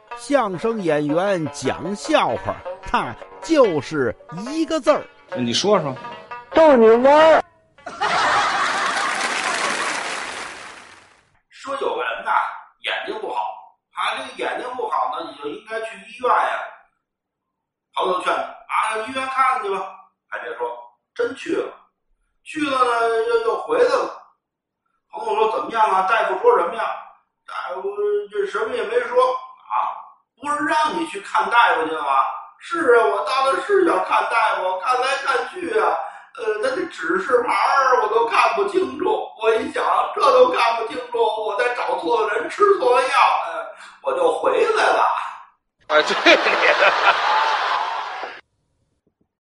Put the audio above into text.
相声演员讲笑话，他就是一个字儿。 你说说。 逗你玩儿。 说有个人呐，眼睛不好，他这个眼睛不好呢，你就应该去医院呀。朋友劝啊，医院看看去吧。他这说真去了，去了呢又回来了。朋友说怎么样啊？大夫说什么呀？大夫这什么也没说啊，不是让你去看大夫去了吗？是啊，我当然是要看大夫，看来看去啊，他这指示牌我都看不清楚。我一想，这都看不清楚，我再找错了人，吃错了药，我就回来了。 哎，对你的。